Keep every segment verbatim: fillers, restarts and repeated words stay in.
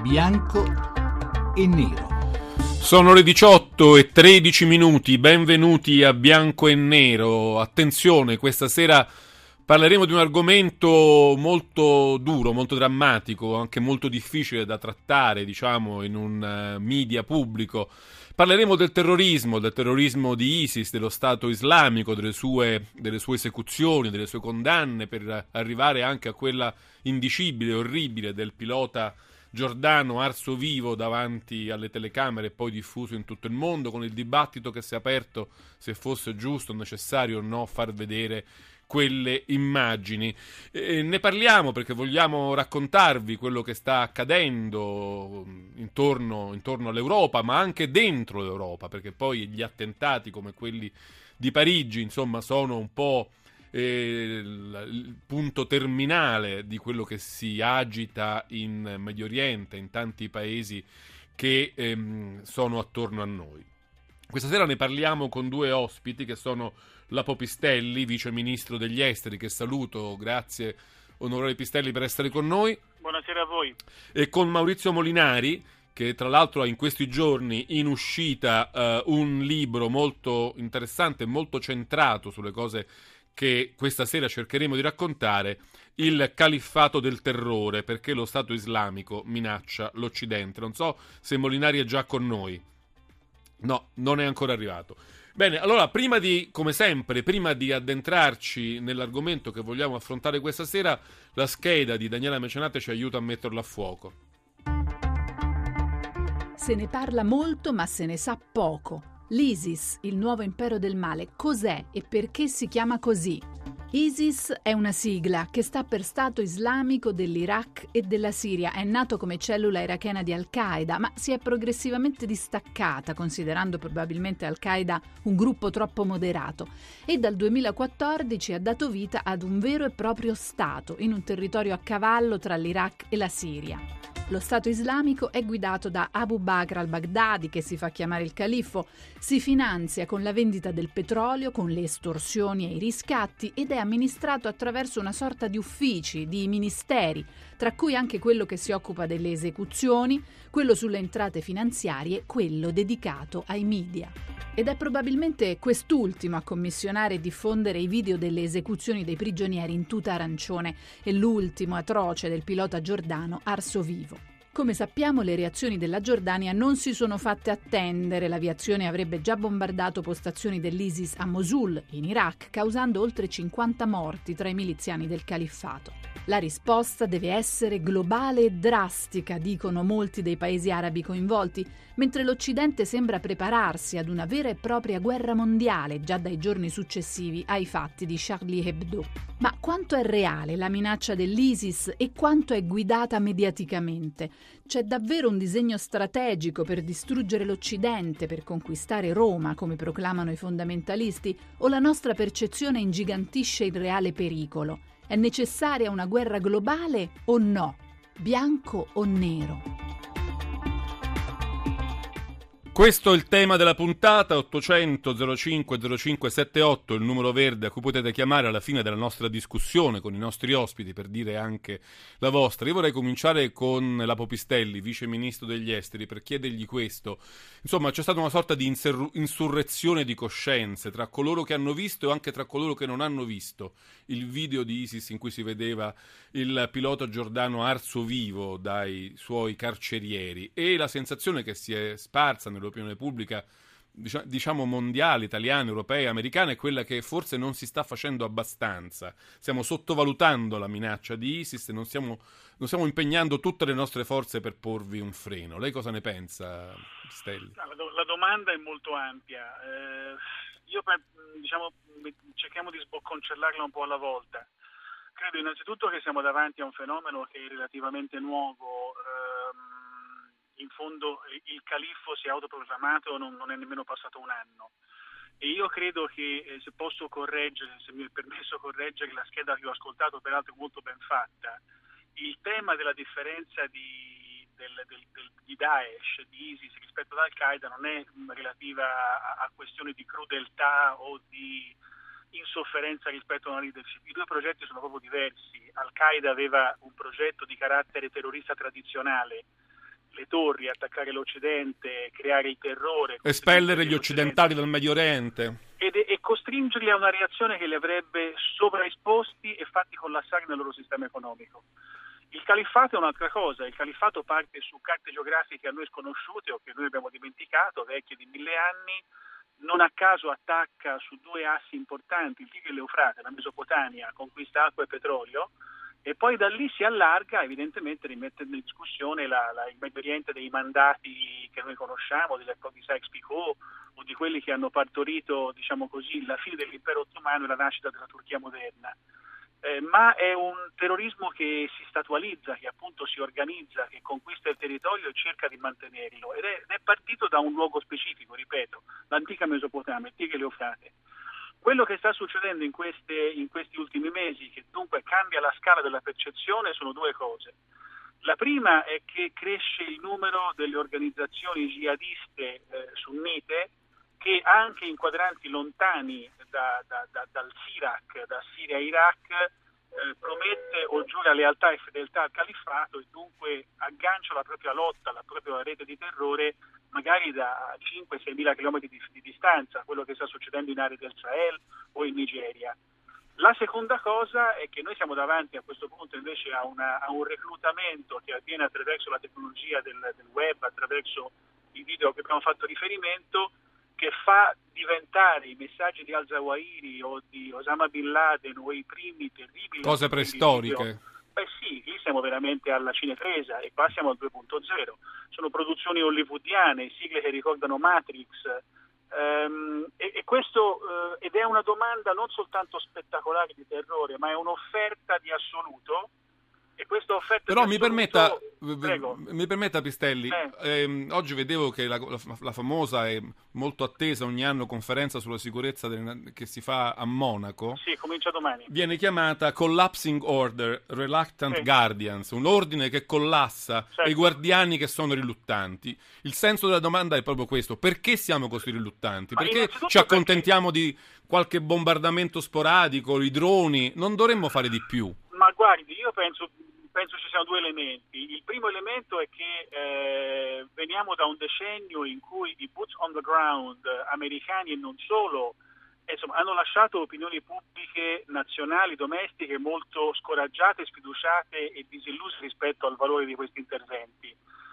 bianco e nero. Sono le diciotto e tredici minuti, benvenuti a Bianco e Nero. Attenzione, questa sera parleremo di un argomento molto duro, molto drammatico, anche molto difficile da trattare, diciamo, in un uh, media pubblico. Parleremo del terrorismo, del terrorismo di ISIS, dello Stato islamico, delle sue, delle sue esecuzioni, delle sue condanne, per arrivare anche a quella indicibile, orribile del pilota Giordano arso vivo davanti alle telecamere e poi diffuso in tutto il mondo, con il dibattito che si è aperto se fosse giusto, necessario o no far vedere quelle immagini. E ne parliamo perché vogliamo raccontarvi quello che sta accadendo intorno, intorno all'Europa, ma anche dentro l'Europa, perché poi gli attentati come quelli di Parigi, insomma, sono un po' eh, il punto terminale di quello che si agita in Medio Oriente, in tanti paesi che ehm, sono attorno a noi. Questa sera ne parliamo con due ospiti che sono Lapo Pistelli, vice ministro degli esteri, che saluto. Grazie, onorevole Pistelli, per essere con noi. Buonasera a voi. E con Maurizio Molinari, che tra l'altro ha in questi giorni in uscita uh, un libro molto interessante, molto centrato sulle cose che questa sera cercheremo di raccontare, Il califfato del terrore, perché lo Stato islamico minaccia l'Occidente. Non so se Molinari è già con noi. No, non è ancora arrivato. Bene, allora, prima di, come sempre, prima di addentrarci nell'argomento che vogliamo affrontare questa sera, la scheda di Daniela Mecenate ci aiuta a metterlo a fuoco. Se ne parla molto, ma se ne sa poco. L'ISIS, il nuovo impero del male, cos'è e perché si chiama così? ISIS è una sigla che sta per Stato Islamico dell'Iraq e della Siria. È nato come cellula irachena di Al-Qaeda, ma si è progressivamente distaccata, considerando probabilmente Al-Qaeda un gruppo troppo moderato, e dal duemilaquattordici ha dato vita ad un vero e proprio Stato in un territorio a cavallo tra l'Iraq e la Siria. Lo Stato islamico è guidato da Abu Bakr al-Baghdadi, che si fa chiamare il califfo, si finanzia con la vendita del petrolio, con le estorsioni e i riscatti ed è amministrato attraverso una sorta di uffici, di ministeri, tra cui anche quello che si occupa delle esecuzioni, quello sulle entrate finanziarie, quello dedicato ai media. Ed è probabilmente quest'ultimo a commissionare e diffondere i video delle esecuzioni dei prigionieri in tuta arancione e l'ultimo atroce del pilota Giordano arso vivo. Come sappiamo, le reazioni della Giordania non si sono fatte attendere. L'aviazione avrebbe già bombardato postazioni dell'ISIS a Mosul, in Iraq, causando oltre cinquanta morti tra i miliziani del califfato. La risposta deve essere globale e drastica, dicono molti dei paesi arabi coinvolti, mentre l'Occidente sembra prepararsi ad una vera e propria guerra mondiale già dai giorni successivi ai fatti di Charlie Hebdo. Ma quanto è reale la minaccia dell'ISIS e quanto è guidata mediaticamente? C'è davvero un disegno strategico per distruggere l'Occidente, per conquistare Roma, come proclamano i fondamentalisti, o la nostra percezione ingigantisce il reale pericolo? È necessaria una guerra globale o no? Bianco o nero? Questo è il tema della puntata. Ottocento zero cinque zero cinque settantotto, il numero verde a cui potete chiamare alla fine della nostra discussione con i nostri ospiti per dire anche la vostra. Io vorrei cominciare con Lapo Pistelli, vice ministro degli esteri, per chiedergli questo. Insomma, c'è stata una sorta di inser- insurrezione di coscienze tra coloro che hanno visto e anche tra coloro che non hanno visto il video di ISIS in cui si vedeva il pilota Giordano arso vivo dai suoi carcerieri, e la sensazione che si è sparsa nell'opinione pubblica, diciamo mondiale, italiana, europea, americana, è quella che forse non si sta facendo abbastanza. Stiamo sottovalutando la minaccia di ISIS e non stiamo, non stiamo impegnando tutte le nostre forze per porvi un freno. Lei cosa ne pensa, Stelli? La, do- la domanda è molto ampia. Eh, io diciamo cerchiamo di sbocconcellarla un po' alla volta. Credo innanzitutto che siamo davanti a un fenomeno che è relativamente nuovo. Ehm, in fondo il califfo si è autoproclamato, non, non è nemmeno passato un anno, e io credo che eh, se posso correggere, se mi è permesso correggere la scheda che ho ascoltato, peraltro molto ben fatta, il tema della differenza di, del, del, del, di Daesh, di ISIS rispetto ad Al-Qaeda non è relativa a, a questioni di crudeltà o di insofferenza rispetto a una leadership. I due progetti sono proprio diversi. Al-Qaeda aveva un progetto di carattere terrorista tradizionale le torri, attaccare l'Occidente, creare il terrore, espellere gli occidentali dal Medio Oriente ed, e costringerli a una reazione che li avrebbe sovraesposti e fatti collassare nel loro sistema economico. Il califfato è un'altra cosa, il califfato parte su carte geografiche a noi sconosciute o che noi abbiamo dimenticato, vecchie di mille anni, non a caso attacca su due assi importanti, il Tigri e l'Eufrate, la Mesopotamia, conquista acqua e petrolio, e poi da lì si allarga, evidentemente rimettendo in discussione la, la, il Medio Oriente dei mandati che noi conosciamo, degli accordi Sykes-Picot o di quelli che hanno partorito, diciamo così, la fine dell'impero ottomano e la nascita della Turchia moderna. Eh, ma è un terrorismo che si statualizza, che appunto si organizza, che conquista il territorio e cerca di mantenerlo, ed è, ed è partito da un luogo specifico, ripeto, l'antica Mesopotamia, il Tigri e l'Eufrate. Quello che sta succedendo in, queste, in questi ultimi mesi, che dunque cambia la scala della percezione, sono due cose. La prima è che cresce il numero delle organizzazioni jihadiste eh, sunnite che anche in quadranti lontani da, da, da, dal Sirak, da Siria e Iraq, eh, promette o giura lealtà e fedeltà al califfato e dunque aggancia la propria lotta, la propria rete di terrore magari da cinque sei mila chilometri di, di distanza, quello che sta succedendo in aree del Sahel o in Nigeria. La seconda cosa è che noi siamo davanti a questo punto invece a, una, a un reclutamento che avviene attraverso la tecnologia del, del web, attraverso i video che abbiamo fatto riferimento, che fa diventare i messaggi di al-Zawahiri o di Osama Bin Laden o i primi terribili cose preistoriche. Beh sì, lì siamo veramente alla cinepresa e qua siamo al due punto zero. Sono produzioni hollywoodiane, sigle che ricordano Matrix, ehm, e, e questo eh, ed è una domanda non soltanto spettacolare di terrore, ma è un'offerta di assoluto. E questa offerta però mi permetta, Prego. mi permetta Pistelli, eh. ehm, oggi vedevo che la, la, la famosa e molto attesa ogni anno conferenza sulla sicurezza del, che si fa a Monaco, sì, comincia domani, viene chiamata Collapsing Order, Reluctant sì. Guardians, un ordine che collassa, certo. e i guardiani che sono riluttanti. Il senso della domanda è proprio questo: perché siamo così riluttanti? Ma perché ci accontentiamo perché... di qualche bombardamento sporadico, i droni? Non dovremmo fare di più? Ma guardi, io penso penso ci siano due elementi. Il primo elemento è che eh, veniamo da un decennio in cui i boots on the ground americani e non solo insomma, hanno lasciato opinioni pubbliche nazionali, domestiche molto scoraggiate, sfiduciate e disilluse rispetto al valore di questi interventi.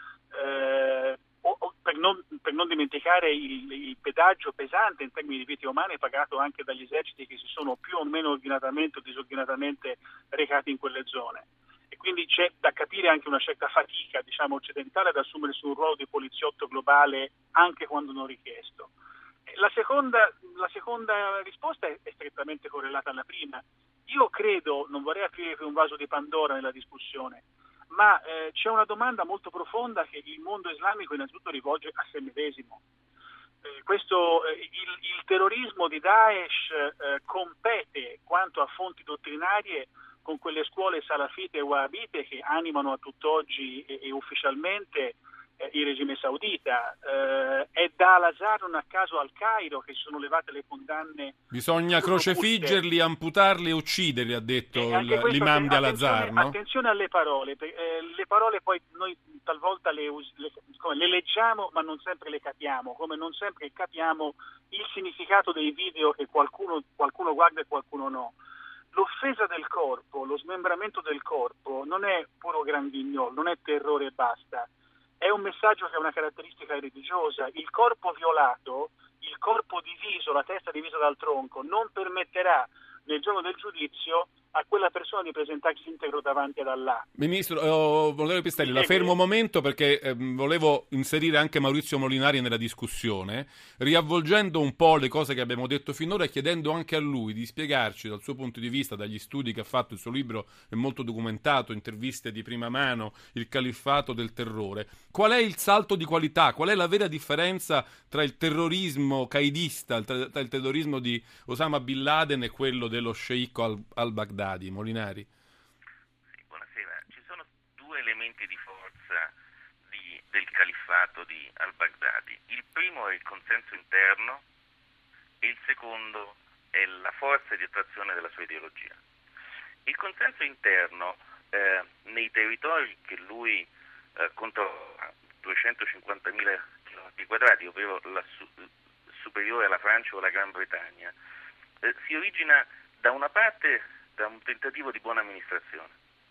Eh, o, o per, non, per non dimenticare il, il pedaggio pesante in termini di vite umane pagato anche dagli eserciti che si sono più o meno ordinatamente o disordinatamente recati in quelle zone. E quindi c'è da capire anche una certa fatica, diciamo, occidentale ad assumersi un ruolo di poliziotto globale anche quando non richiesto. La seconda, la seconda risposta è, è strettamente correlata alla prima. Io credo, non vorrei aprire un vaso di Pandora nella discussione, ma eh, c'è una domanda molto profonda che il mondo islamico innanzitutto rivolge a sé medesimo. Eh, questo, eh, il, il terrorismo di Daesh eh, compete quanto a fonti dottrinarie con quelle scuole salafite e wahhabite che animano a tutt'oggi e, e ufficialmente eh, il regime saudita. Eh, è da Al-Azhar non a caso al Cairo che si sono levate le condanne. Bisogna crocefiggerli, amputarli e ucciderli, ha detto l- l'imam di Al-Azhar, no? Attenzione alle parole, eh, le parole poi noi talvolta le, le, le leggiamo ma non sempre le capiamo, come non sempre capiamo il significato dei video che qualcuno, qualcuno guarda e qualcuno no. L'offesa del corpo, lo smembramento del corpo non è puro grandignolo, non è terrore e basta, è un messaggio che ha una caratteristica religiosa. Il corpo violato, il corpo diviso, la testa divisa dal tronco, non permetterà nel giorno del giudizio a quella persona di presentarsi integro davanti ad Allah. Ministro, eh, onorevole Pistelli, la fermo un momento perché eh, volevo inserire anche Maurizio Molinari nella discussione, riavvolgendo un po' le cose che abbiamo detto finora e chiedendo anche a lui di spiegarci dal suo punto di vista, dagli studi che ha fatto, il suo libro è molto documentato, interviste di prima mano, Il califfato del terrore, qual è il salto di qualità, qual è la vera differenza tra il terrorismo qaedista, tra, tra il terrorismo di Osama Bin Laden e quello dello sceicco al, al-Baghdadi? Molinari. Sì, buonasera. Ci sono due elementi di forza di, del califfato di al-Baghdadi. Il primo è il consenso interno e il secondo è la forza di attrazione della sua ideologia. Il consenso interno eh, nei territori che lui eh, controlla, duecentocinquantamila chilometri quadrati, ovvero la su- superiore alla Francia o alla Gran Bretagna, eh, si origina da una parte da un tentativo di buona amministrazione.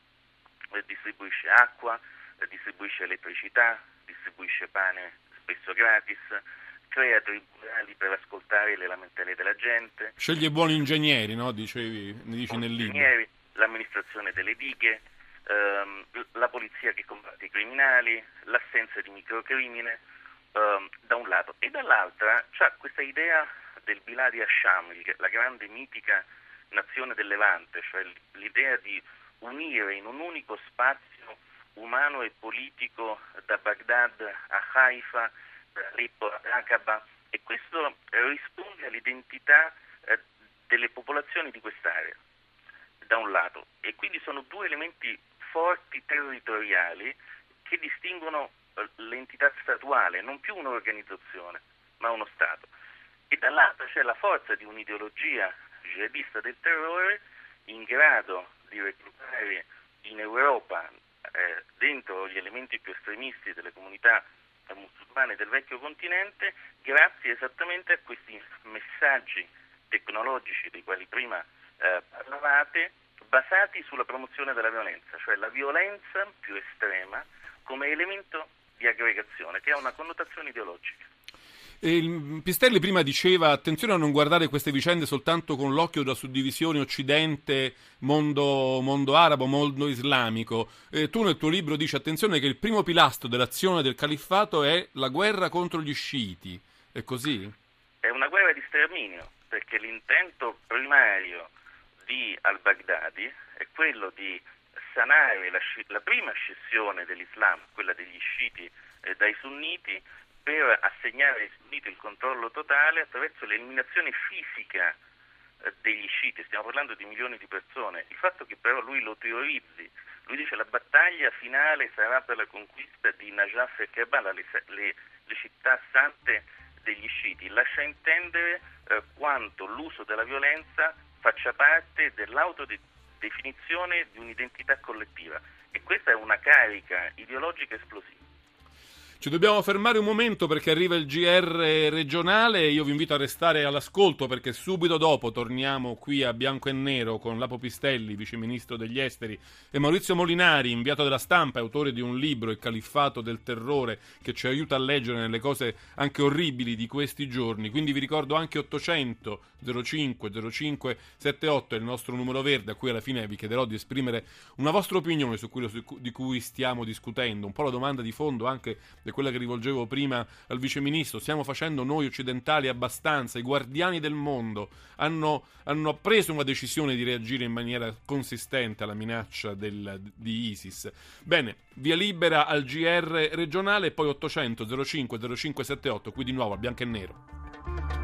Eh, distribuisce acqua, eh, distribuisce elettricità, distribuisce pane spesso gratis, crea tribunali per ascoltare le lamentele della gente. Sceglie buoni ingegneri, no? Dicevi, ne dici nel libro. Ingegneri, l'amministrazione delle dighe, ehm, la polizia che combatte i criminali, l'assenza di microcrimine, ehm, da un lato. E dall'altra c'ha questa idea del Bilad Hasham, la grande mitica nazione del Levante, cioè l'idea di unire in un unico spazio umano e politico da Baghdad a Haifa, da Aleppo ad Aqaba, e questo risponde all'identità eh, delle popolazioni di quest'area, da un lato, e quindi sono due elementi forti territoriali che distinguono eh, l'entità statuale, non più un'organizzazione, ma uno Stato. E dall'altro c'è la forza di un'ideologia jihadista del terrore in grado di reclutare in Europa, eh, dentro gli elementi più estremisti delle comunità eh, musulmane del vecchio continente, grazie esattamente a questi messaggi tecnologici dei quali prima eh, parlavate, basati sulla promozione della violenza, cioè la violenza più estrema come elemento di aggregazione, che ha una connotazione ideologica. E il Pistelli prima diceva attenzione a non guardare queste vicende soltanto con l'occhio della suddivisione occidente, mondo, mondo arabo, mondo islamico. E tu nel tuo libro dici attenzione che il primo pilastro dell'azione del califfato è la guerra contro gli sciiti. È così? È una guerra di sterminio, perché l'intento primario di al-Baghdadi è quello di sanare la, la prima scissione dell'Islam, quella degli sciiti eh, dai sunniti, per assegnare ai sunniti il controllo totale attraverso l'eliminazione fisica eh, degli sciiti. Stiamo parlando di milioni di persone. Il fatto che però lui lo teorizzi, lui dice la battaglia finale sarà per la conquista di Najaf e Karbala, le, le, le città sante degli sciiti, lascia intendere eh, quanto l'uso della violenza faccia parte dell'autodefinizione di un'identità collettiva, e questa è una carica ideologica esplosiva. Ci dobbiamo fermare un momento perché arriva il G R regionale. Io vi invito a restare all'ascolto perché subito dopo torniamo qui a Bianco e Nero con Lapo Pistelli, vice ministro degli esteri, e Maurizio Molinari, inviato della Stampa e autore di un libro, Il califfato del terrore, che ci aiuta a leggere nelle cose anche orribili di questi giorni. Quindi vi ricordo anche ottocento zero cinque zero cinque settantotto è il nostro numero verde, a cui alla fine vi chiederò di esprimere una vostra opinione su quello di cui stiamo discutendo. Un po' la domanda di fondo anche quella che rivolgevo prima al viceministro: stiamo facendo noi occidentali abbastanza? I guardiani del mondo hanno, hanno preso una decisione di reagire in maniera consistente alla minaccia del, di ISIS? Bene, via libera al G R regionale e poi ottocento zero cinque zero cinque settantotto, qui di nuovo a Bianco e Nero.